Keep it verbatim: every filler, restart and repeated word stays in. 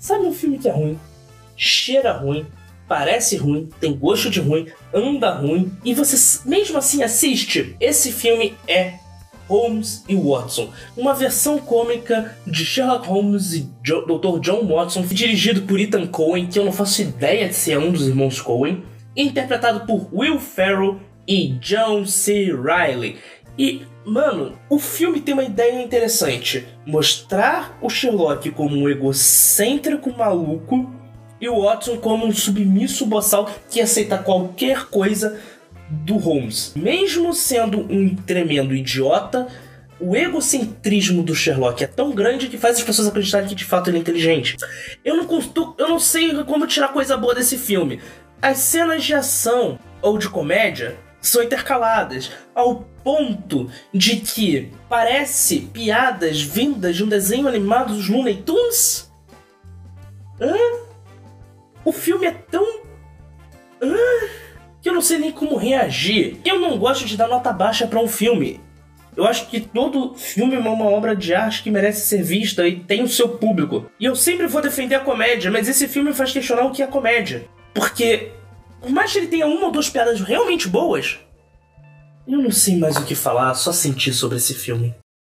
Sabe um filme que é ruim, cheira ruim, parece ruim, tem gosto de ruim, anda ruim, e você mesmo assim assiste? Esse filme é Holmes e Watson, uma versão cômica de Sherlock Holmes e jo- doutor John Watson, dirigido por Ethan Coen, que eu não faço ideia de ser um dos irmãos Coen, interpretado por Will Ferrell e John C. Reilly. E, mano, o filme tem uma ideia interessante: mostrar o Sherlock como um egocêntrico maluco e o Watson como um submisso boçal que aceita qualquer coisa do Holmes. Mesmo sendo um tremendo idiota, o egocentrismo do Sherlock é tão grande que faz as pessoas acreditarem que de fato ele é inteligente. Eu não, costu- eu não sei como tirar coisa boa desse filme. As cenas de ação ou de comédia são intercaladas ao ponto de que parece piadas vindas de um desenho animado dos Looney Tunes. Hã? O filme é tão... Hã? Que eu não sei nem como reagir. Eu não gosto de dar nota baixa pra um filme. Eu acho que todo filme é uma obra de arte que merece ser vista e tem o seu público. E eu sempre vou defender a comédia, mas esse filme faz questionar o que é comédia. Porque, por mais que ele tenha uma ou duas piadas realmente boas, eu não sei mais o que falar, só sentir sobre esse filme.